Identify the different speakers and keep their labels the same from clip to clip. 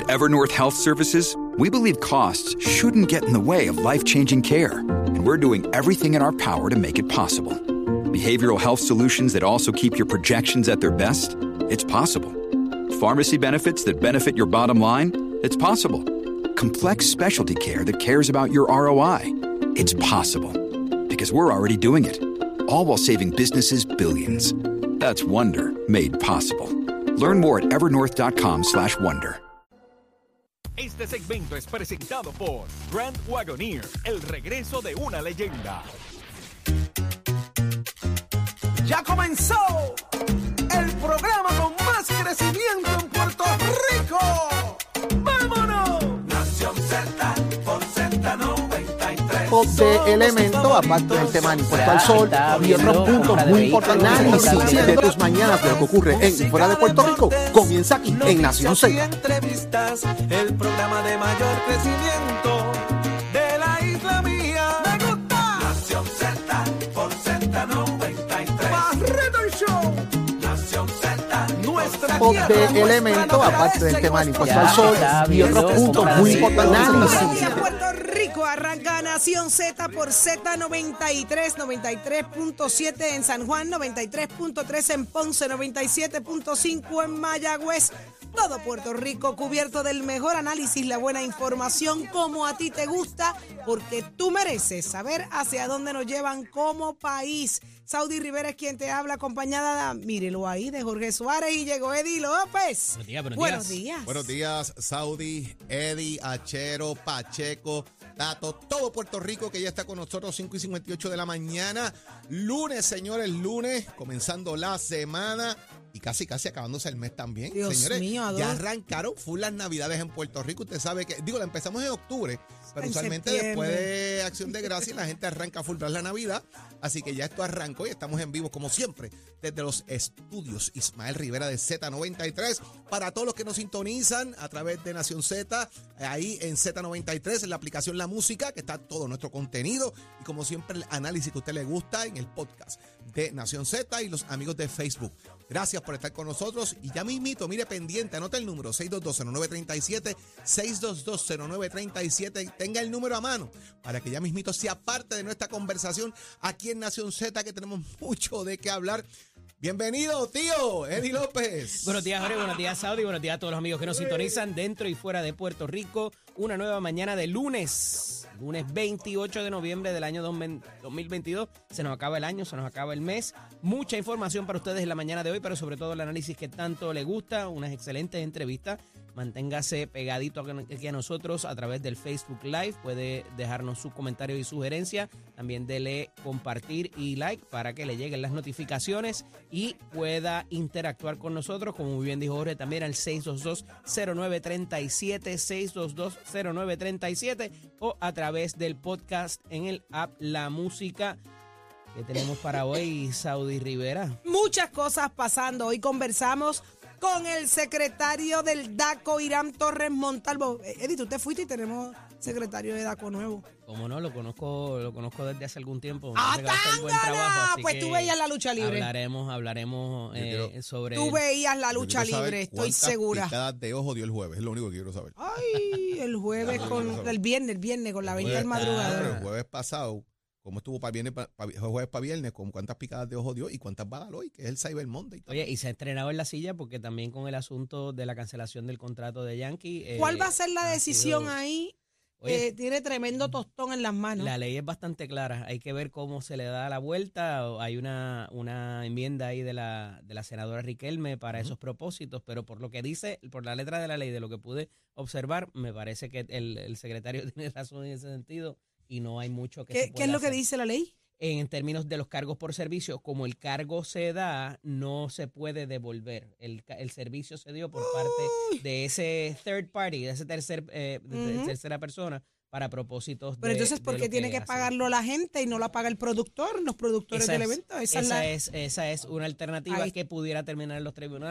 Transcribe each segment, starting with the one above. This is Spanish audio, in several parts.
Speaker 1: Evernorth Health Services, we believe costs shouldn't get in the way of life-changing care, and we're doing everything in our power to make it possible. Behavioral health solutions that also keep your projections at their best? It's possible. Pharmacy benefits that benefit your bottom line? It's possible. Complex specialty care that cares about your ROI? It's possible. Because we're already doing it. All while saving businesses billions. That's Wonder made possible. Learn more at evernorth.com/wonder.
Speaker 2: Este segmento es presentado por Grand Wagoneer, el regreso de una leyenda.
Speaker 3: Ya comenzó el programa con más crecimiento en Puerto Rico. ¡Vámonos! Nación Z por Z93.
Speaker 4: De elemento, aparte del tema del impuesto al sol y otros puntos muy importantes, análisis de tus mañanas de lo que ocurre en y fuera de Puerto Rico, comienza aquí en Nación Z.
Speaker 3: Entrevistas, el programa de mayor crecimiento de la isla mía. ¡Me gusta! Nación Z por Z93. ¡Barreto el show! Nación Z, nuestra tierra,
Speaker 4: de elemento, aparte del tema del impuesto al sol y otros puntos muy importantes, análisis.
Speaker 5: Puerto Rico arranca Nación Z por Z93, 93.7 en San Juan, 93.3 en Ponce, 97.5 en Mayagüez. Todo Puerto Rico cubierto del mejor análisis, la buena información como a ti te gusta, porque tú mereces saber hacia dónde nos llevan como país. Saudi Rivera es quien te habla, acompañada, mírelo ahí, de Jorge Suárez, y llegó Eddie López. Buenos días.
Speaker 6: Buenos días, Saudi, Eddie, Achero, Pacheco, Tato, todo Puerto Rico que ya está con nosotros, 5:58 de la mañana. Lunes, señores, lunes, comenzando la semana y casi acabándose el mes también.
Speaker 5: Dios
Speaker 6: señores,
Speaker 5: mío,
Speaker 6: ya arrancaron full las navidades en Puerto Rico. Usted sabe que, la empezamos en octubre, pero
Speaker 5: En
Speaker 6: usualmente
Speaker 5: septiembre.
Speaker 6: después de Acción de Gracias la gente arranca full tras la Navidad. Así que ya esto arrancó y estamos en vivo como siempre desde los estudios Ismael Rivera de Z93. Para todos los que nos sintonizan a través de Nación Z, ahí en Z93, en la aplicación La Música, que está todo nuestro contenido y como siempre el análisis que a usted le gusta en el podcast de Nación Z y los amigos de Facebook. Gracias por estar con nosotros y ya mismito, mire pendiente, anota el número 622-0937, 622-0937, tenga el número a mano para que ya mismito sea parte de nuestra conversación aquí en Nación Z, que tenemos mucho de qué hablar. Bienvenido, tío, Eddie López.
Speaker 7: Buenos días, Jorge, buenos días, Saudi, buenos días a todos los amigos que nos sintonizan dentro y fuera de Puerto Rico. Una nueva mañana de lunes 28 de noviembre del año 2022. Se nos acaba el año, se nos acaba el mes. Mucha información para ustedes en la mañana de hoy, pero sobre todo el análisis que tanto le gusta, unas excelentes entrevistas. Manténgase pegadito aquí a nosotros a través del Facebook Live. Puede dejarnos sus comentarios y sugerencias. También dele compartir y like para que le lleguen las notificaciones y pueda interactuar con nosotros. Como muy bien dijo Jorge, también al 622-0937, 622-0937 o a través del podcast en el app La Música. ¿Qué tenemos para hoy, Saudi Rivera?
Speaker 5: Muchas cosas pasando. Hoy conversamos con el secretario del DACO, Irán Torres Montalvo. Eddie, tú te fuiste y tenemos secretario de DACO nuevo.
Speaker 7: Como no, lo conozco desde hace algún tiempo.
Speaker 5: Pues tú veías la lucha libre.
Speaker 7: Hablaremos sobre...
Speaker 5: Tú veías la lucha libre, estoy segura.
Speaker 6: Picadas de ojo dio el jueves, es lo único que quiero saber.
Speaker 5: Ay, el jueves el viernes con la venta del madrugador.
Speaker 6: El jueves pasado, ¿cómo estuvo para jueves para viernes? ¿Con cuántas picadas de ojo dio y cuántas va a dar hoy? Que es el Cyber Monday.
Speaker 7: Oye, y se ha estrenado en la silla porque también con el asunto de la cancelación del contrato de Yankee.
Speaker 5: ¿Cuál va a ser la decisión ahí?
Speaker 7: Oye,
Speaker 5: Tiene tremendo tostón en las manos.
Speaker 7: La ley es bastante clara. Hay que ver cómo se le da la vuelta. Hay una enmienda ahí de la senadora Riquelme para esos propósitos, pero por lo que dice, por la letra de la ley, de lo que pude observar, me parece que el secretario tiene razón en ese sentido y no hay mucho que se pueda
Speaker 5: ¿Qué es lo que
Speaker 7: hacer.
Speaker 5: dice la ley?
Speaker 7: En términos de los cargos por servicio, como el cargo se da, no se puede devolver. El servicio se dio por parte de ese third party, de ese tercera persona, para propósitos
Speaker 5: Pero
Speaker 7: de...
Speaker 5: entonces, ¿por qué tiene que pagarlo la gente y no la paga el productor, los productores del evento?
Speaker 7: Esa es una alternativa que pudiera terminar en los tribunales,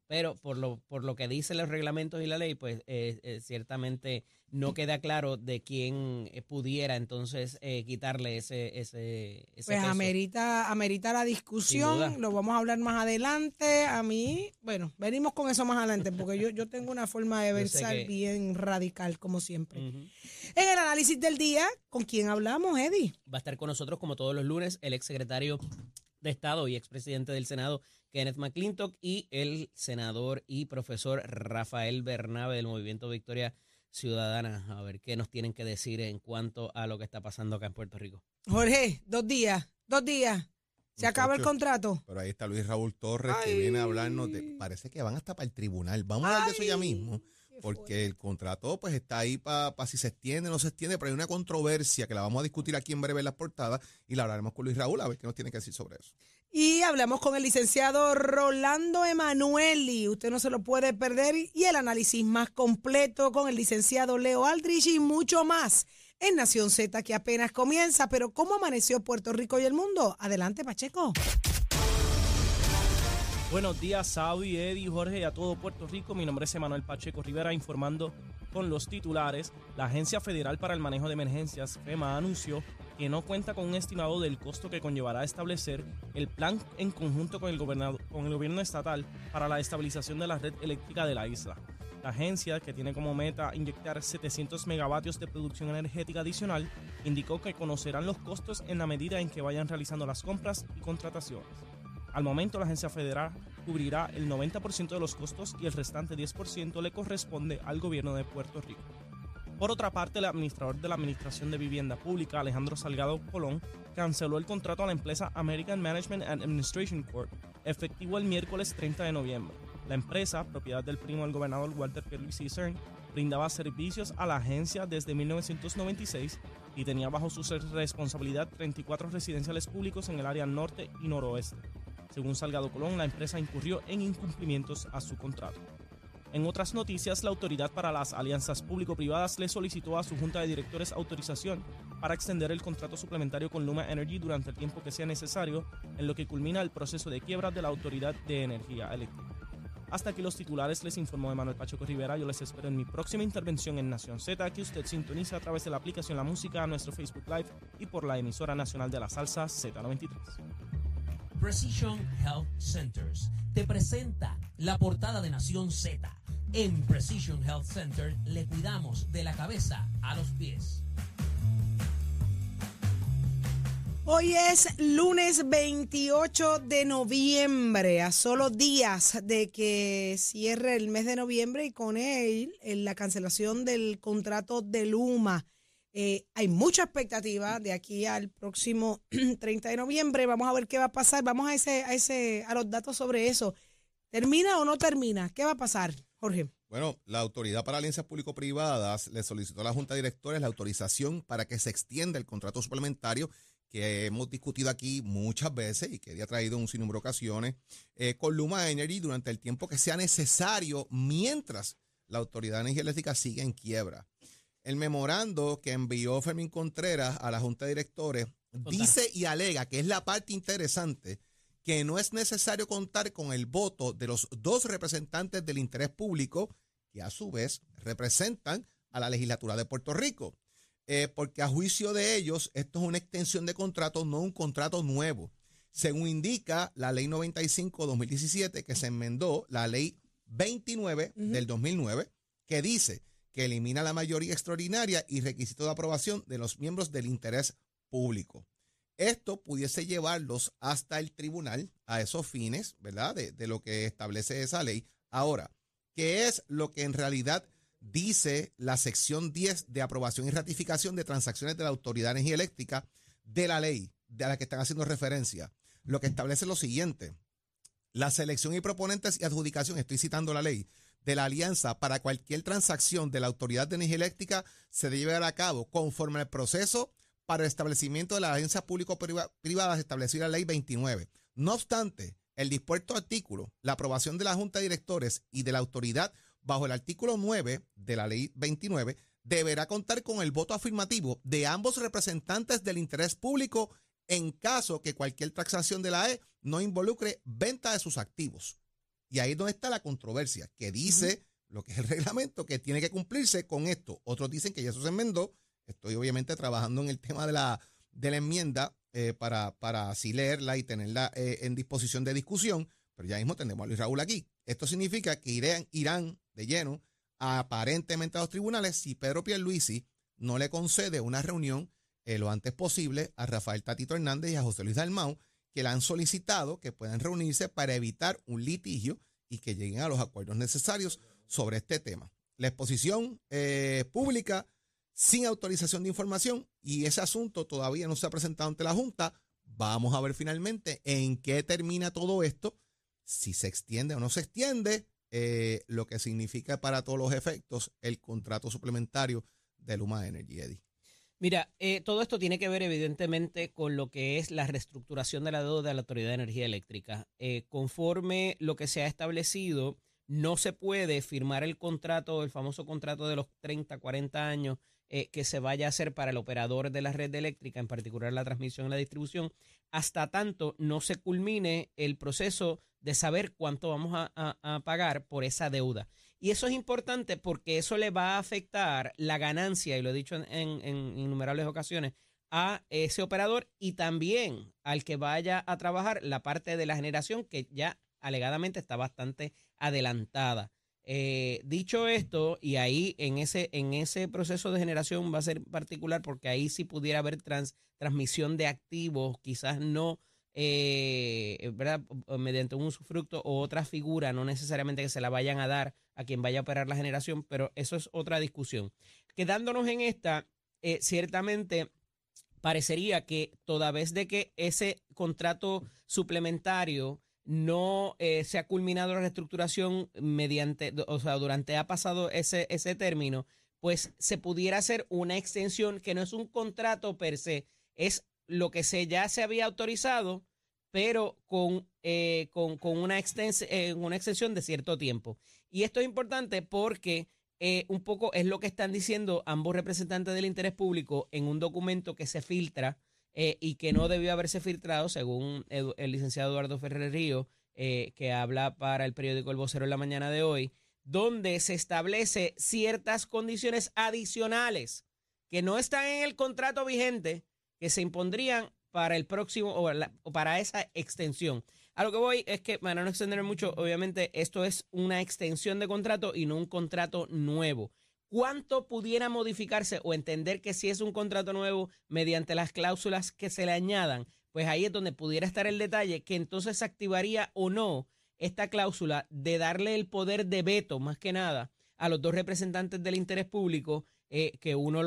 Speaker 7: pero por lo que dicen los reglamentos y la ley, pues ciertamente no queda claro de quién pudiera entonces quitarle ese
Speaker 5: Pues
Speaker 7: peso.
Speaker 5: amerita la discusión, lo vamos a hablar más adelante. A mí, bueno, venimos con eso más adelante, porque yo tengo una forma de versar bien radical, como siempre. En el análisis del día, ¿con quién hablamos, Eddie?
Speaker 7: Va a estar con nosotros, como todos los lunes, el exsecretario de Estado y expresidente del Senado, Kenneth McClintock, y el senador y profesor Rafael Bernabe del Movimiento Victoria Ciudadana. A ver qué nos tienen que decir en cuanto a lo que está pasando acá en Puerto Rico.
Speaker 5: Jorge, 2 días. Se acaba el contrato.
Speaker 6: Pero ahí está Luis Raúl Torres, que viene a hablarnos parece que van hasta para el tribunal. Vamos a hablar de eso ya mismo, porque el contrato pues está ahí para si se extiende o no se extiende, pero hay una controversia que la vamos a discutir aquí en breve en las portadas y la hablaremos con Luis Raúl a ver qué nos tiene que decir sobre eso.
Speaker 5: Y hablamos con el licenciado Rolando Emanueli, usted no se lo puede perder, y el análisis más completo con el licenciado Leo Aldrich y mucho más en Nación Z, que apenas comienza. Pero ¿cómo amaneció Puerto Rico y el mundo? Adelante, Pacheco.
Speaker 8: Buenos días, Saudi, Eddie, Jorge y a todo Puerto Rico. Mi nombre es Emanuel Pacheco Rivera, informando con los titulares. La Agencia Federal para el Manejo de Emergencias, FEMA, anunció que no cuenta con un estimado del costo que conllevará establecer el plan en conjunto con el gobierno estatal para la estabilización de la red eléctrica de la isla. La agencia, que tiene como meta inyectar 700 megavatios de producción energética adicional, indicó que conocerán los costos en la medida en que vayan realizando las compras y contrataciones. Al momento, la agencia federal cubrirá el 90% de los costos y el restante 10% le corresponde al gobierno de Puerto Rico. Por otra parte, el administrador de la Administración de Vivienda Pública, Alejandro Salgado Colón, canceló el contrato a la empresa American Management and Administration Corp., efectivo el miércoles 30 de noviembre. La empresa, propiedad del primo del gobernador Walter Pierluisi Isern, brindaba servicios a la agencia desde 1996 y tenía bajo su responsabilidad 34 residenciales públicos en el área norte y noroeste. Según Salgado Colón, la empresa incurrió en incumplimientos a su contrato. En otras noticias, la Autoridad para las Alianzas Público-Privadas le solicitó a su Junta de Directores autorización para extender el contrato suplementario con Luma Energy durante el tiempo que sea necesario, en lo que culmina el proceso de quiebra de la Autoridad de Energía Eléctrica. Hasta aquí los titulares, les informó Emanuel Pacheco Rivera. Yo les espero en mi próxima intervención en Nación Z, que usted sintoniza a través de la aplicación La Música, nuestro Facebook Live y por la emisora nacional de la salsa Z93.
Speaker 9: Precision Health Centers te presenta la portada de Nación Z. En Precision Health Center le cuidamos de la cabeza a los pies.
Speaker 5: Hoy es lunes 28 de noviembre, a solo días de que cierre el mes de noviembre y con él la cancelación del contrato de Luma. Hay mucha expectativa de aquí al próximo 30 de noviembre. Vamos a ver qué va a pasar. Vamos a los datos sobre eso. ¿Termina o no termina? ¿Qué va a pasar, Jorge?
Speaker 6: Bueno, la Autoridad para Alianzas Público-Privadas le solicitó a la Junta de Directores la autorización para que se extienda el contrato suplementario que hemos discutido aquí muchas veces y que había traído en un sinnúmero de ocasiones con Luma Energy durante el tiempo que sea necesario mientras la Autoridad de Energía Eléctrica sigue en quiebra. El memorando que envió Fermín Contreras a la Junta de Directores dice y alega, que es la parte interesante, que no es necesario contar con el voto de los 2 representantes del interés público que a su vez representan a la legislatura de Puerto Rico. Porque a juicio de ellos esto es una extensión de contrato, no un contrato nuevo. Según indica la Ley 95-2017, que se enmendó la Ley 29 del 2009, que dice que elimina la mayoría extraordinaria y requisito de aprobación de los miembros del interés público. Esto pudiese llevarlos hasta el tribunal a esos fines, ¿verdad? De lo que establece esa ley. Ahora, ¿qué es lo que en realidad dice la sección 10 de aprobación y ratificación de transacciones de la Autoridad de Energía Eléctrica de la ley de la que están haciendo referencia? Lo que establece lo siguiente: la selección y proponentes y adjudicación, estoy citando la ley, de la alianza para cualquier transacción de la Autoridad de Energía Eléctrica se debe llevar a cabo conforme al proceso para el establecimiento de las alianzas público-privadas establecido en la Ley 29. No obstante, el dispuesto artículo, la aprobación de la Junta de Directores y de la Autoridad bajo el artículo 9 de la Ley 29 deberá contar con el voto afirmativo de ambos representantes del interés público en caso que cualquier transacción de la E no involucre venta de sus activos. Y ahí es donde está la controversia, que dice lo que es el reglamento, que tiene que cumplirse con esto. Otros dicen que ya eso se enmendó. Estoy obviamente trabajando en el tema de la enmienda para así leerla y tenerla en disposición de discusión, pero ya mismo tenemos a Luis Raúl aquí. Esto significa que irán de lleno aparentemente a los tribunales si Pedro Pierluisi no le concede una reunión lo antes posible a Rafael Tatito Hernández y a José Luis Dalmau, que le han solicitado que puedan reunirse para evitar un litigio y que lleguen a los acuerdos necesarios sobre este tema. La exposición pública sin autorización de información, y ese asunto todavía no se ha presentado ante la Junta. Vamos a ver finalmente en qué termina todo esto, si se extiende o no se extiende, lo que significa para todos los efectos el contrato suplementario de Luma Energy, Eddie.
Speaker 7: Mira, todo esto tiene que ver evidentemente con lo que es la reestructuración de la deuda de la Autoridad de Energía Eléctrica. Conforme lo que se ha establecido, no se puede firmar el contrato, el famoso contrato de los 30, 40 años que se vaya a hacer para el operador de la red eléctrica, en particular la transmisión y la distribución, hasta tanto no se culmine el proceso de saber cuánto vamos a pagar por esa deuda. Y eso es importante porque eso le va a afectar la ganancia, y lo he dicho en innumerables ocasiones, a ese operador y también al que vaya a trabajar la parte de la generación que ya alegadamente está bastante adelantada. Dicho esto, y ahí en ese proceso de generación va a ser particular porque ahí sí pudiera haber transmisión de activos, quizás no ¿verdad? Mediante un usufructo o otra figura, no necesariamente que se la vayan a dar a quien vaya a operar la generación, pero eso es otra discusión. Quedándonos en esta, ciertamente parecería que toda vez de que ese contrato suplementario no se ha culminado la reestructuración durante ha pasado ese término, pues se pudiera hacer una extensión que no es un contrato per se, es lo que ya se había autorizado, pero con una extensión de cierto tiempo. Y esto es importante porque un poco es lo que están diciendo ambos representantes del interés público en un documento que se filtra y que no debió haberse filtrado, según el licenciado Eduardo Ferrer Río, que habla para el periódico El Vocero en la mañana de hoy, donde se establece ciertas condiciones adicionales que no están en el contrato vigente, que se impondrían para el próximo o para esa extensión. A lo que voy es que, para no extenderme mucho, obviamente esto es una extensión de contrato y no un contrato nuevo. ¿Cuánto pudiera modificarse o entender que si es un contrato nuevo mediante las cláusulas que se le añadan? Pues ahí es donde pudiera estar el detalle, que entonces se activaría o no esta cláusula de darle el poder de veto, más que nada, a los dos representantes del interés público, que uno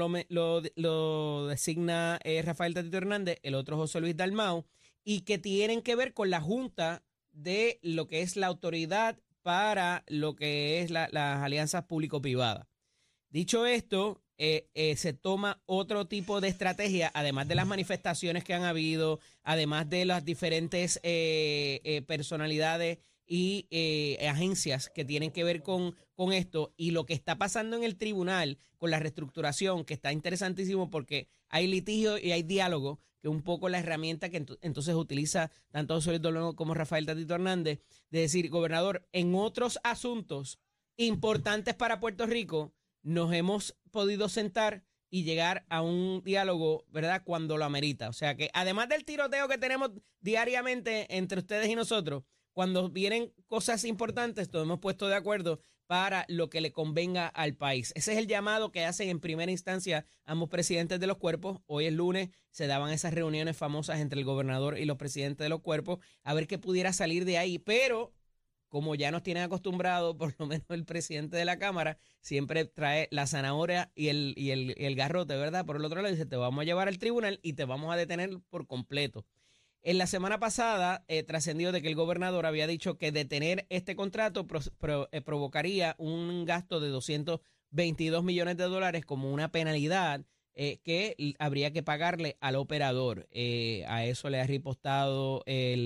Speaker 7: lo designa Rafael Tatito Hernández, el otro José Luis Dalmau, y que tienen que ver con la Junta de lo que es la autoridad para lo que es las alianzas público-privadas. Dicho esto, se toma otro tipo de estrategia, además de las manifestaciones que han habido, además de las diferentes personalidades y agencias que tienen que ver con esto, y lo que está pasando en el tribunal con la reestructuración, que está interesantísimo porque hay litigio y hay diálogo, que es un poco la herramienta que entonces utiliza tanto José Luis Dalmau como Rafael Tatito Hernández, de decir, gobernador, en otros asuntos importantes para Puerto Rico, nos hemos podido sentar y llegar a un diálogo, ¿verdad?, cuando lo amerita. O sea que además del tiroteo que tenemos diariamente entre ustedes y nosotros, cuando vienen cosas importantes, nos hemos puesto de acuerdo para lo que le convenga al país. Ese es el llamado que hacen en primera instancia ambos presidentes de los cuerpos. Hoy es lunes, se daban esas reuniones famosas entre el gobernador y los presidentes de los cuerpos, a ver qué pudiera salir de ahí. Pero como ya nos tienen acostumbrados, por lo menos el presidente de la Cámara siempre trae la zanahoria y el garrote, ¿verdad? Por el otro lado dice, te vamos a llevar al tribunal y te vamos a detener por completo. En la semana pasada trascendió de que el gobernador había dicho que detener este contrato provocaría un gasto de $222 millones como una penalidad que habría que pagarle al operador. A eso le ha ripostado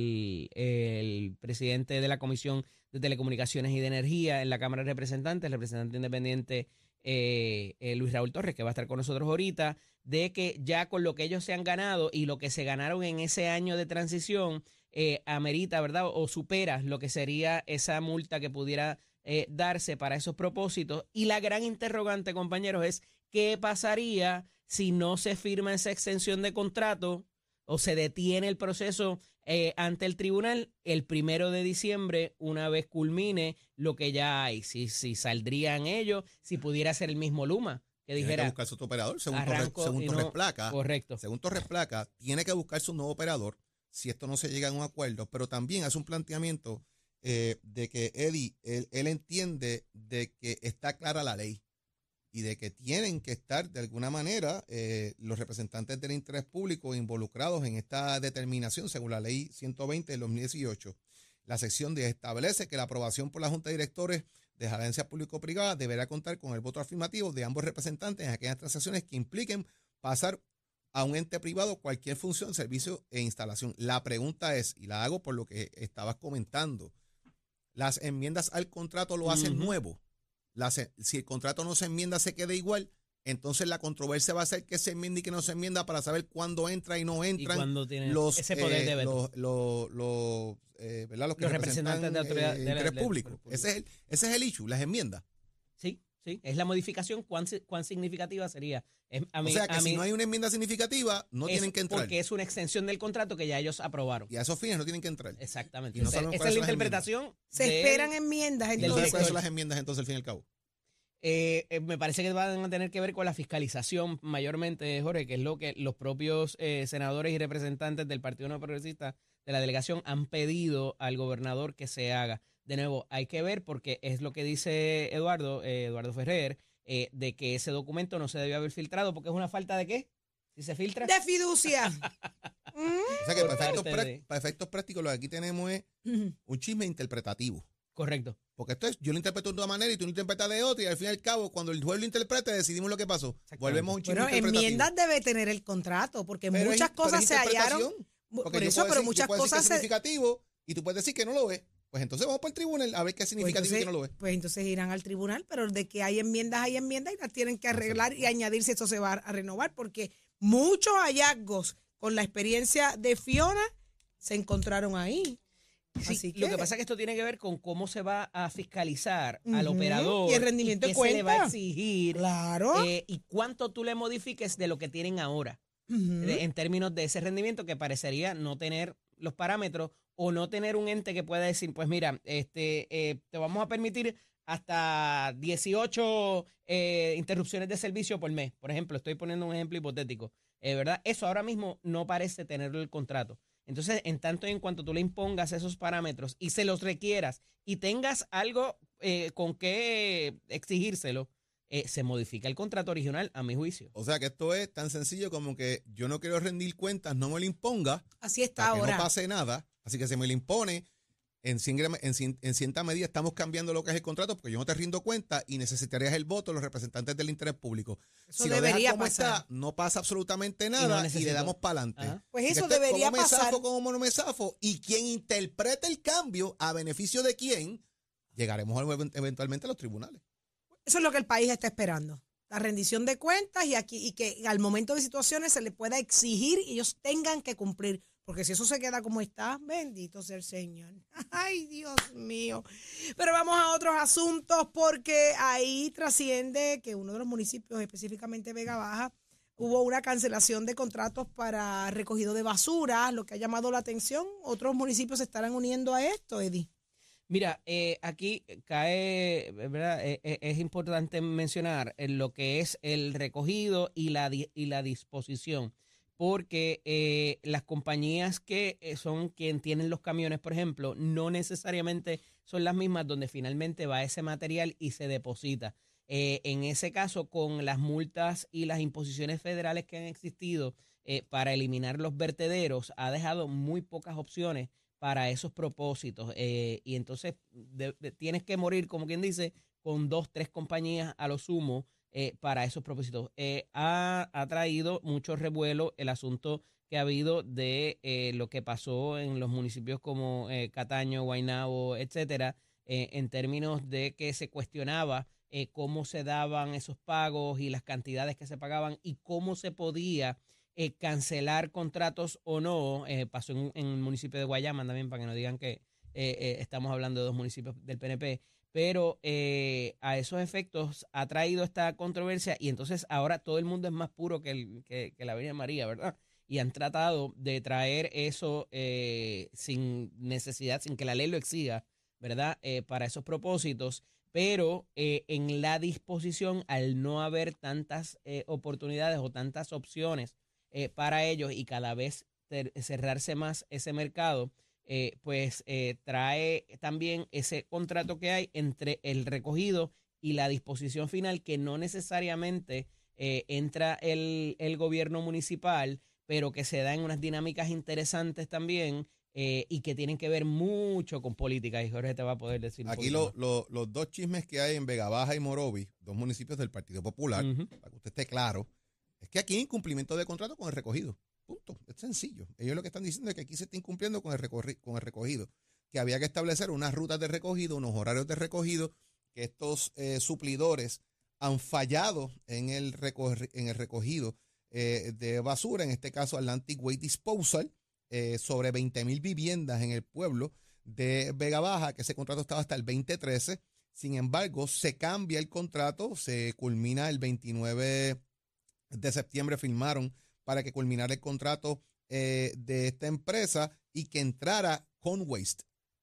Speaker 7: el presidente de la Comisión de Telecomunicaciones y de Energía en la Cámara de Representantes, el representante independiente Luis Raúl Torres, que va a estar con nosotros ahorita, de que ya con lo que ellos se han ganado y lo que se ganaron en ese año de transición, amerita, ¿verdad? O supera lo que sería esa multa que pudiera darse para esos propósitos. Y la gran interrogante, compañeros, es ¿qué pasaría si no se firma esa extensión de contrato o se detiene el proceso ante el tribunal el 1 de diciembre, una vez culmine lo que ya hay? Si saldrían ellos, si pudiera ser el mismo Luma, que dijera...
Speaker 6: Tiene que buscar su operador, según Torres Placa.
Speaker 7: Correcto.
Speaker 6: Según Torres Placa, tiene que buscar su nuevo operador si esto no se llega a un acuerdo, pero también hace un planteamiento de que Eddie, él entiende de que está clara la ley y de que tienen que estar de alguna manera los representantes del interés público involucrados en esta determinación según la ley 120 de 2018. La sección 10 establece que la aprobación por la Junta de Directores de Agencias Público-Privadas deberá contar con el voto afirmativo de ambos representantes en aquellas transacciones que impliquen pasar a un ente privado cualquier función, servicio e instalación. La pregunta es, y la hago por lo que estabas comentando, ¿las enmiendas al contrato lo hacen nuevo? Si el contrato no se enmienda, se queda igual. Entonces la controversia va a ser que se enmienda y que no se enmienda para saber cuándo entra y no entran
Speaker 7: ese poder de veto.
Speaker 6: Los representantes de autoridad de interés público. Ese es el issue, las enmiendas.
Speaker 7: Sí, es la modificación. ¿Cuán significativa sería?
Speaker 6: Si no hay una enmienda significativa, no tienen que entrar.
Speaker 7: Porque es una extensión del contrato que ya ellos aprobaron.
Speaker 6: Y a esos fines no tienen que entrar.
Speaker 7: Exactamente.
Speaker 6: Y no sabemos
Speaker 7: esa es la interpretación.
Speaker 5: Se esperan enmiendas.
Speaker 6: Entonces, ¿cuáles son las enmiendas entonces al fin y al cabo?
Speaker 7: Me parece que van a tener que ver con la fiscalización mayormente, Jorge, que es lo que los propios senadores y representantes del Partido No Progresista de la delegación han pedido al gobernador que se haga. De nuevo, hay que ver porque es lo que dice Eduardo Ferrer, de que ese documento no se debió haber filtrado porque es una falta ¿de qué? Si se filtra.
Speaker 5: De fiducia.
Speaker 6: O sea que para efectos prácticos lo que aquí tenemos es un chisme interpretativo.
Speaker 7: Correcto.
Speaker 6: Porque esto es, yo lo interpreto de una manera y tú lo interpretas de otra y al fin y al cabo, cuando el juez lo interprete, decidimos lo que pasó. Volvemos a un chisme interpretativo.
Speaker 5: Enmiendas debe tener el contrato porque muchas cosas se hallaron.
Speaker 6: Por eso, pero muchas cosas es significativo y tú puedes decir que no lo ves. Pues entonces vamos para el tribunal a ver qué es significativo y qué no lo ves.
Speaker 5: Pues entonces irán al tribunal, pero de que hay enmiendas y las tienen que arreglar y añadir si esto se va a renovar, porque muchos hallazgos con la experiencia de Fiona se encontraron ahí.
Speaker 7: Sí,
Speaker 5: así que,
Speaker 7: lo que pasa es que esto tiene que ver con cómo se va a fiscalizar al operador
Speaker 5: y el rendimiento
Speaker 7: y qué
Speaker 5: de cuenta
Speaker 7: se le va a exigir
Speaker 5: claro.
Speaker 7: Y cuánto tú le modifiques de lo que tienen ahora en términos de ese rendimiento que parecería no tener los parámetros o no tener un ente que pueda decir, pues mira, te vamos a permitir hasta 18 interrupciones de servicio por mes. Por ejemplo, estoy poniendo un ejemplo hipotético, ¿verdad? Eso ahora mismo no parece tenerlo el contrato. Entonces, en tanto y en cuanto tú le impongas esos parámetros y se los requieras y tengas algo con que exigírselo, se modifica el contrato original, a mi juicio.
Speaker 6: O sea que esto es tan sencillo como que yo no quiero rendir cuentas, no me lo imponga.
Speaker 5: Así está ahora.
Speaker 6: Que no pase nada, así que se me lo impone. En cierta medida estamos cambiando lo que es el contrato porque yo no te rindo cuenta y necesitarías el voto de los representantes del interés público.
Speaker 5: Eso
Speaker 6: si
Speaker 5: debería
Speaker 6: lo dejas como
Speaker 5: pasar.
Speaker 6: Está, no pasa absolutamente nada y le damos para adelante.
Speaker 5: Pues eso debería pasar.
Speaker 6: ¿Cómo no me zafo? Y quien interprete el cambio a beneficio de quién, llegaremos eventualmente a los tribunales.
Speaker 5: Eso es lo que el país está esperando. La rendición de cuentas y que al momento de situaciones se le pueda exigir y ellos tengan que cumplir. Porque si eso se queda como está, bendito sea el Señor. Ay, Dios mío. Pero vamos a otros asuntos porque ahí trasciende que uno de los municipios, específicamente Vega Baja, hubo una cancelación de contratos para recogido de basura, lo que ha llamado la atención. Otros municipios se estarán uniendo a esto, Eddie.
Speaker 7: Mira, aquí cae, ¿verdad? Es importante mencionar lo que es el recogido y la disposición. Porque las compañías que son quien tienen los camiones, por ejemplo, no necesariamente son las mismas donde finalmente va ese material y se deposita. En ese caso, con las multas y las imposiciones federales que han existido para eliminar los vertederos, ha dejado muy pocas opciones para esos propósitos. Y entonces tienes que morir, como quien dice, con 2, 3 compañías a lo sumo, para esos propósitos. Ha traído mucho revuelo el asunto que ha habido de lo que pasó en los municipios como Cataño, Guaynabo, etcétera, en términos de que se cuestionaba cómo se daban esos pagos y las cantidades que se pagaban y cómo se podía cancelar contratos o no. Pasó en el municipio de Guayama también, para que no digan que estamos hablando de dos municipios del PNP. Pero a esos efectos ha traído esta controversia y entonces ahora todo el mundo es más puro que la Virgen María, ¿verdad? Y han tratado de traer eso sin necesidad, sin que la ley lo exija, ¿verdad? Para esos propósitos. Pero en la disposición, al no haber tantas oportunidades o tantas opciones para ellos y cada vez cerrarse más ese mercado, trae también ese contrato que hay entre el recogido y la disposición final, que no necesariamente entra el gobierno municipal, pero que se da en unas dinámicas interesantes también y que tienen que ver mucho con política. Y Jorge te va a poder decir.
Speaker 6: Aquí los dos chismes que hay en Vega Baja y Morovis, dos municipios del Partido Popular, para que usted esté claro, es que aquí hay incumplimiento de contrato con el recogido. Punto. Es sencillo. Ellos lo que están diciendo es que aquí se está incumpliendo con el recogido, que había que establecer unas rutas de recogido, unos horarios de recogido, que estos suplidores han fallado en el recogido de basura, en este caso Atlantic Waste Disposal, sobre 20,000 viviendas en el pueblo de Vega Baja, que ese contrato estaba hasta el 2013. Sin embargo, se cambia el contrato, se culmina el 29 de septiembre, firmaron para que culminara el contrato de esta empresa y que entrara Conwaste.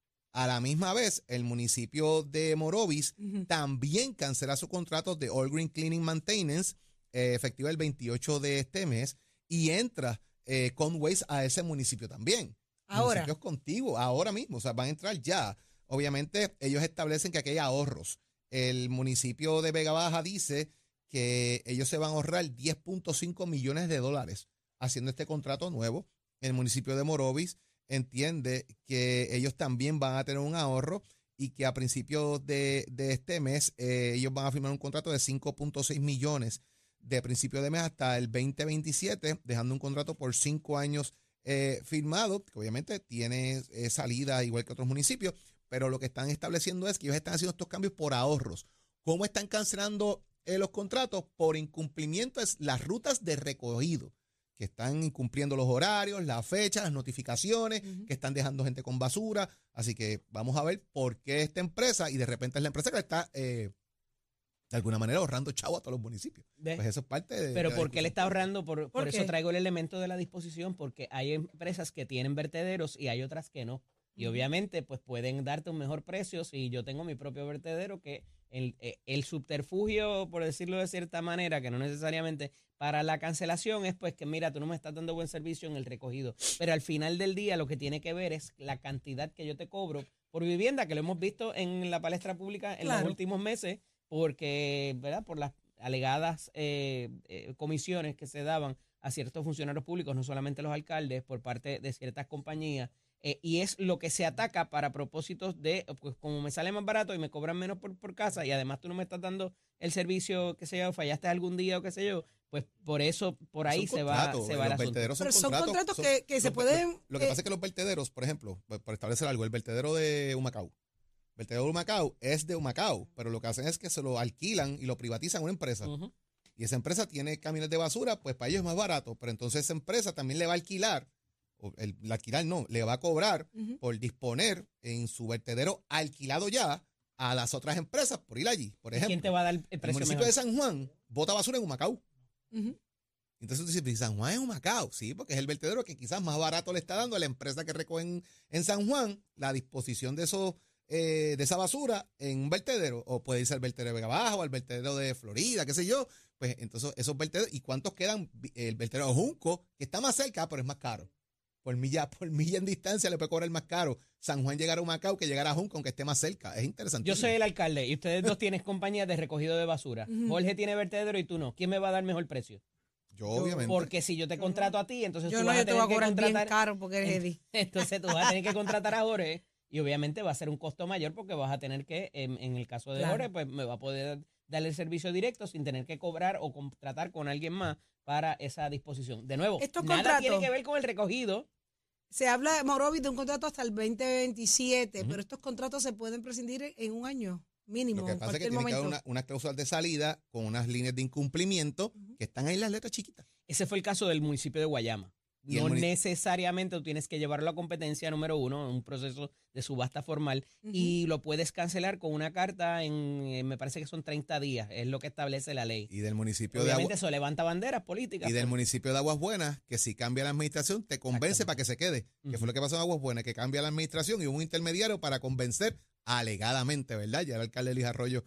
Speaker 6: A la misma vez, el municipio de Morovis también cancela su contrato de All Green Cleaning Maintenance, efectiva el 28 de este mes, y entra Conwaste a ese municipio también.
Speaker 5: Ahora.
Speaker 6: Municipios contiguos, ahora mismo, o sea, van a entrar ya. Obviamente, ellos establecen que aquí hay ahorros. El municipio de Vega Baja dice que ellos se van a ahorrar $10.5 millones haciendo este contrato nuevo. El municipio de Morovis entiende que ellos también van a tener un ahorro y que a principios de este mes ellos van a firmar un contrato de 5.6 millones de principio de mes hasta el 2027, dejando un contrato por 5 años firmado, que obviamente tiene salida igual que otros municipios, pero lo que están estableciendo es que ellos están haciendo estos cambios por ahorros. ¿Cómo están cancelando los contratos? Por incumplimiento es las rutas de recogido, que están incumpliendo los horarios, las fechas, las notificaciones, que están dejando gente con basura. Así que vamos a ver por qué esta empresa, y de repente es la empresa que está de alguna manera ahorrando chavo a todos los municipios.
Speaker 7: ¿Ves?
Speaker 6: Pues eso es parte de...
Speaker 7: Pero
Speaker 6: de
Speaker 7: ¿por qué le está ahorrando? Por
Speaker 5: qué?
Speaker 7: eso traigo el elemento de la disposición, porque hay empresas que tienen vertederos y hay otras que no. Y obviamente pues pueden darte un mejor precio si yo tengo mi propio vertedero, que el subterfugio, por decirlo de cierta manera, que no necesariamente para la cancelación es pues que mira, tú no me estás dando buen servicio en el recogido. Pero al final del día lo que tiene que ver es la cantidad que yo te cobro por vivienda, que lo hemos visto en la palestra pública en los últimos meses, porque, ¿verdad? Por las alegadas comisiones que se daban a ciertos funcionarios públicos, no solamente los alcaldes, por parte de ciertas compañías. Y es lo que se ataca para propósitos de, pues como me sale más barato y me cobran menos por casa y además tú no me estás dando el servicio, qué sé yo, fallaste algún día o qué sé yo, pues por eso, por ahí se va el asunto.
Speaker 6: Pero
Speaker 5: son contratos que se pueden...
Speaker 6: Lo que pasa es que los vertederos, por ejemplo, por establecer algo, el vertedero de Humacao. El vertedero de Humacao es de Humacao, pero lo que hacen es que se lo alquilan y lo privatizan a una empresa. Y esa empresa tiene camiones de basura, pues para ellos es más barato, pero entonces esa empresa también le va a alquilar, le va a cobrar por disponer en su vertedero alquilado ya a las otras empresas por ir allí. Por ejemplo,
Speaker 7: ¿quién te va a dar el precio?
Speaker 6: El municipio
Speaker 7: mejor?
Speaker 6: de San Juan bota basura en Humacao. Entonces tú dices, San Juan es Humacao, sí, porque es el vertedero que quizás más barato le está dando a la empresa que recoge en San Juan la disposición de esa basura en un vertedero, o puede irse al vertedero de Vega Baja o al vertedero de Florida, qué sé yo. Pues entonces esos vertederos, ¿y cuántos quedan? El vertedero de Junco, que está más cerca, pero es más caro. Por milla en distancia le puede cobrar más caro San Juan llegar a Humacao que llegar a Junco, aunque esté más cerca. Es interesante.
Speaker 7: Yo soy el alcalde y ustedes dos tienen compañías de recogido de basura. Jorge tiene vertedero y tú no. ¿Quién me va a dar mejor precio?
Speaker 6: Yo, obviamente.
Speaker 7: Porque si yo te contrato a ti, entonces
Speaker 5: Yo
Speaker 7: tú
Speaker 5: no,
Speaker 7: vas a
Speaker 5: yo te
Speaker 7: tener
Speaker 5: voy a
Speaker 7: que
Speaker 5: cobrar
Speaker 7: contratar...
Speaker 5: bien caro porque eres Eddie.
Speaker 7: Entonces tú vas a tener que contratar a Jorge y obviamente va a ser un costo mayor porque vas a tener que, en el caso de Jorge, pues me va a poder darle el servicio directo sin tener que cobrar o contratar con alguien más para esa disposición. De nuevo, nada tiene que ver con el recogido.
Speaker 5: Se habla, Morovis, de un contrato hasta el 2027, pero estos contratos se pueden prescindir en un año mínimo.
Speaker 6: Lo que pasa es que tiene que haber una cláusula de salida con unas líneas de incumplimiento que están ahí en las letras chiquitas.
Speaker 7: Ese fue el caso del municipio de Guayama.
Speaker 6: Y
Speaker 7: No necesariamente tú tienes que llevarlo a competencia número 1, un proceso de subasta formal, y lo puedes cancelar con una carta me parece que son 30 días, es lo que establece la ley.
Speaker 6: Y del municipio
Speaker 7: Obviamente eso levanta banderas políticas.
Speaker 6: Y del municipio de Aguas Buenas, que si cambia la administración, te convence para que se quede. Que fue lo que pasó en Aguas Buenas, que cambia la administración y hubo un intermediario para convencer, alegadamente, ¿verdad? Ya el alcalde Elis Arroyo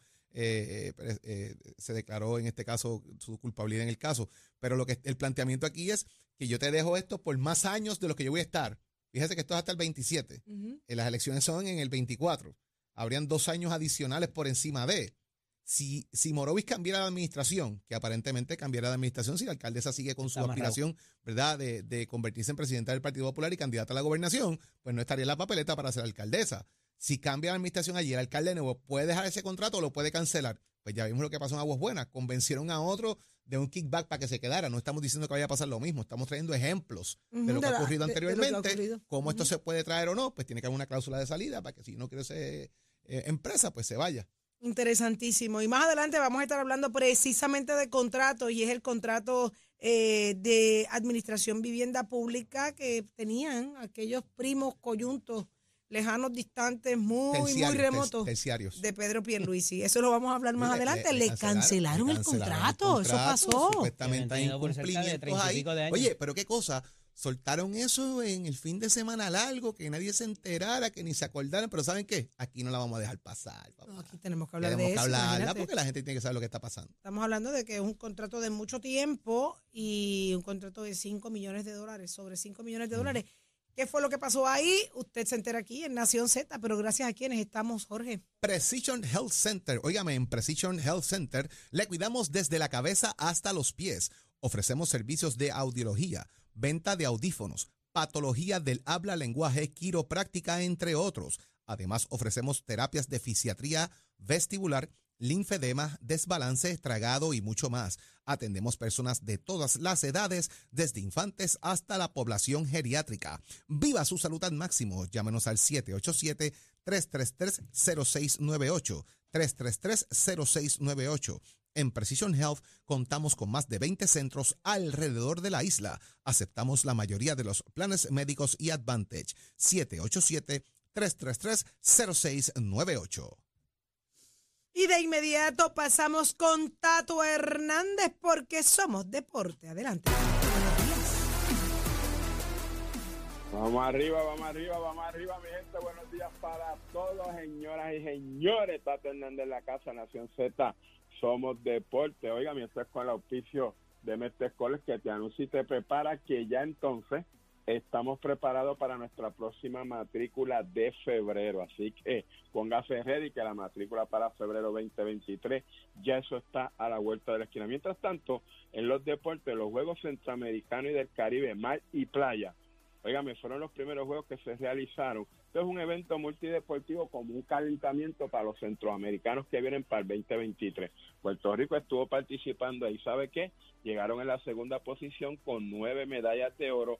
Speaker 6: se declaró en este caso su culpabilidad en el caso. Pero el planteamiento aquí es que yo te dejo esto por más años de los que yo voy a estar. Fíjese que esto es hasta el 27. Las elecciones son en el 24. Habrían 2 años adicionales por encima de. Si Morovis cambiara la administración, que aparentemente cambiará de administración si la alcaldesa sigue con su aspiración, ¿verdad?, de convertirse en presidenta del Partido Popular y candidata a la gobernación, pues no estaría en la papeleta para ser alcaldesa. Si cambia la administración allí, el alcalde nuevo puede dejar ese contrato o lo puede cancelar. Pues ya vimos lo que pasó en Aguas Buenas. Convencieron a otro de un kickback para que se quedara. No estamos diciendo que vaya a pasar lo mismo. Estamos trayendo ejemplos de lo que ha ocurrido anteriormente. Cómo esto se puede traer o no. Pues tiene que haber una cláusula de salida para que si no quiere ser empresa, pues se vaya.
Speaker 5: Interesantísimo. Y más adelante vamos a estar hablando precisamente de contratos, y es el contrato de administración vivienda pública que tenían aquellos primos coyuntos lejanos, distantes, muy remotos
Speaker 6: terciarios
Speaker 5: de Pedro Pierluisi. Eso lo vamos a hablar más adelante. Le cancelaron el contrato. Eso pasó.
Speaker 6: Supuestamente hay incumplimientos ahí. Oye, pero qué cosa, soltaron eso en el fin de semana largo, que nadie se enterara, que ni se acordaran, pero ¿saben qué? Aquí no la vamos a dejar pasar, papá.
Speaker 5: No, aquí tenemos que hablar
Speaker 6: de eso. Tenemos que hablarla
Speaker 5: imagínate.
Speaker 6: porque la gente tiene que saber lo que está pasando.
Speaker 5: Estamos hablando de que es un contrato de mucho tiempo y un contrato de $5 millones, sobre $5 millones. ¿Qué fue lo que pasó ahí? Usted se entera aquí en Nación Z, pero gracias a quienes estamos, Jorge.
Speaker 6: Precision Health Center. Óigame, en Precision Health Center le cuidamos desde la cabeza hasta los pies. Ofrecemos servicios de audiología, venta de audífonos, patología del habla, lenguaje, quiropráctica, entre otros. Además, ofrecemos terapias de fisiatría vestibular, linfedema, desbalance, estragado y mucho más. Atendemos personas de todas las edades, desde infantes hasta la población geriátrica. Viva su salud al máximo. Llámenos al 787-333-0698. 333-0698. En Precision Health contamos con más de 20 centros alrededor de la isla. Aceptamos la mayoría de los planes médicos y Advantage. 787-333-0698.
Speaker 5: Y de inmediato pasamos con Tato Hernández porque somos deporte. Adelante. Buenos días.
Speaker 10: Vamos arriba, mi gente. Buenos días para todos, señoras y señores. Tato Hernández en la casa, Nación Z. Somos deporte. Oiga, mi esto es con el auspicio de Mestre College, que te anuncia y te prepara que ya entonces estamos preparados para nuestra próxima matrícula de febrero, así que póngase ready que la matrícula para febrero 2023 ya eso está a la vuelta de la esquina. Mientras tanto, en los deportes, los Juegos Centroamericanos y del Caribe, mar y playa, óigame, fueron los primeros juegos que se realizaron. Esto es un evento multideportivo como un calentamiento para los centroamericanos que vienen para el 2023. Puerto Rico estuvo participando ahí, ¿sabe qué? Llegaron en la segunda posición con 9 medallas de oro,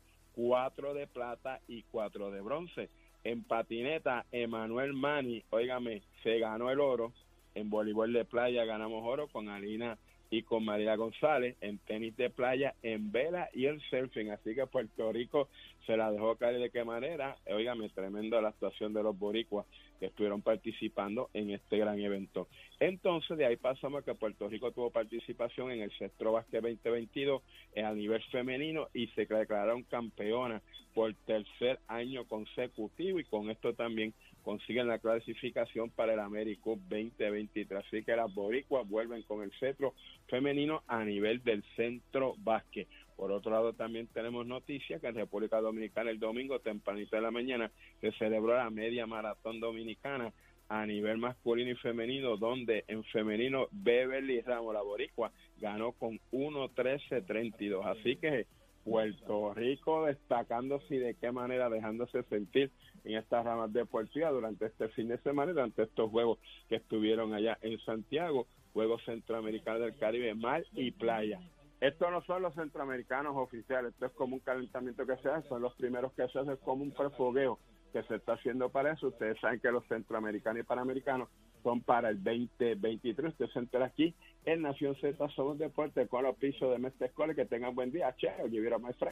Speaker 10: 4 de plata y 4 de bronce. En patineta, Emanuel Mani, óigame, se ganó el oro. En voleibol de playa ganamos oro con Alina y con María González. En tenis de playa, en vela y en surfing. Así que Puerto Rico se la dejó caer. ¿De qué manera? Óigame, tremendo la actuación de los boricuas que estuvieron participando en este gran evento. Entonces, de ahí pasamos a que Puerto Rico tuvo participación en el Cestro Básquet 2022 a nivel femenino y se declararon campeonas por tercer año consecutivo, y con esto también consiguen la clasificación para el AmeriCup 2023. Así que las boricuas vuelven con el cetro femenino a nivel del Centro Básquet. Por otro lado, también tenemos noticias que en República Dominicana el domingo, tempranito de la mañana, se celebró la media maratón dominicana a nivel masculino y femenino, donde en femenino Beverly Ramos, la boricua, ganó con 1:13:32. Así que Puerto Rico destacándose y de qué manera dejándose sentir en estas ramas deportivas durante este fin de semana y durante estos juegos que estuvieron allá en Santiago, Juegos Centroamericanos del Caribe, mar y playa. Estos no son los centroamericanos oficiales, esto es como un calentamiento que se hace, son los primeros que se hace, como un prefogueo que se está haciendo para eso. Ustedes saben que los centroamericanos y panamericanos son para el 2023. Usted se entera aquí en Nación Z Somos Deporte con los pisos de Mestre Escuela. Que tengan buen día. Chao, give it up, my friend.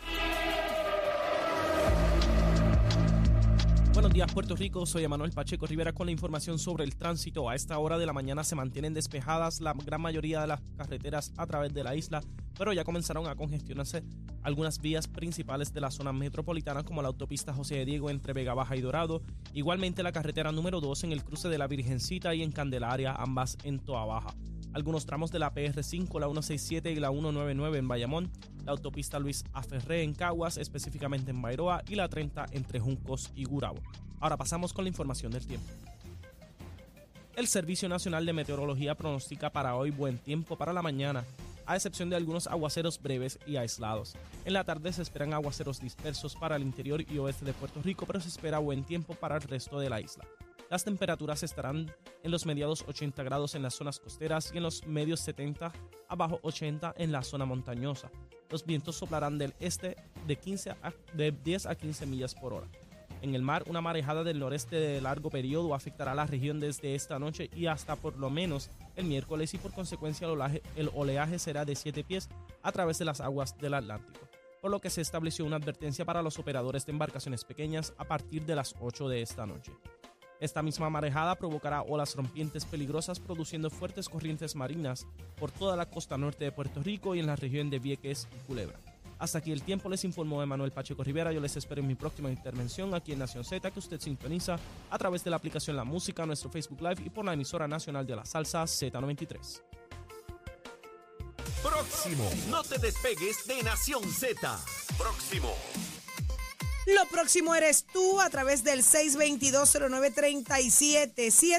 Speaker 8: Buenos días, Puerto Rico. Soy Emanuel Pacheco Rivera con la información sobre el tránsito. A esta hora de la mañana se mantienen despejadas la gran mayoría de las carreteras a través de la isla, pero ya comenzaron a congestionarse algunas vías principales de la zona metropolitana, como la autopista José de Diego entre Vega Baja y Dorado. Igualmente la carretera número 2 en el cruce de la Virgencita y en Candelaria, ambas en Toa Baja. Algunos tramos de la PR5, la 167 y la 199 en Bayamón, la autopista Luis Aferré en Caguas, específicamente en Bairoa, y la 30 entre Juncos y Gurabo. Ahora pasamos con la información del tiempo. El Servicio Nacional de Meteorología pronostica para hoy buen tiempo para la mañana, a excepción de algunos aguaceros breves y aislados. En la tarde se esperan aguaceros dispersos para el interior y oeste de Puerto Rico, pero se espera buen tiempo para el resto de la isla. Las temperaturas estarán en los mediados 80 grados en las zonas costeras y en los medios 70 a bajo 80 en la zona montañosa. Los vientos soplarán del este de 10 a 15 millas por hora. En el mar, una marejada del noreste de largo periodo afectará la región desde esta noche y hasta por lo menos el miércoles, y por consecuencia el oleaje será de 7 pies a través de las aguas del Atlántico, por lo que se estableció una advertencia para los operadores de embarcaciones pequeñas a partir de las 8 de esta noche. Esta misma marejada provocará olas rompientes peligrosas, produciendo fuertes corrientes marinas por toda la costa norte de Puerto Rico y en la región de Vieques y Culebra. Hasta aquí el tiempo, les informó Emanuel Pacheco Rivera. Yo les espero en mi próxima intervención aquí en Nación Z, que usted sintoniza a través de la aplicación La Música, nuestro Facebook Live y por la emisora nacional de la salsa Z93.
Speaker 2: Próximo. No te despegues de Nación Z. Próximo.
Speaker 5: Lo próximo eres tú a través del 622-0937,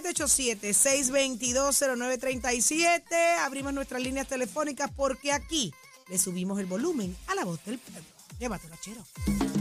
Speaker 5: 787-622-0937. Abrimos nuestras líneas telefónicas porque aquí le subimos el volumen a la voz del pueblo. Llévatelo, chero.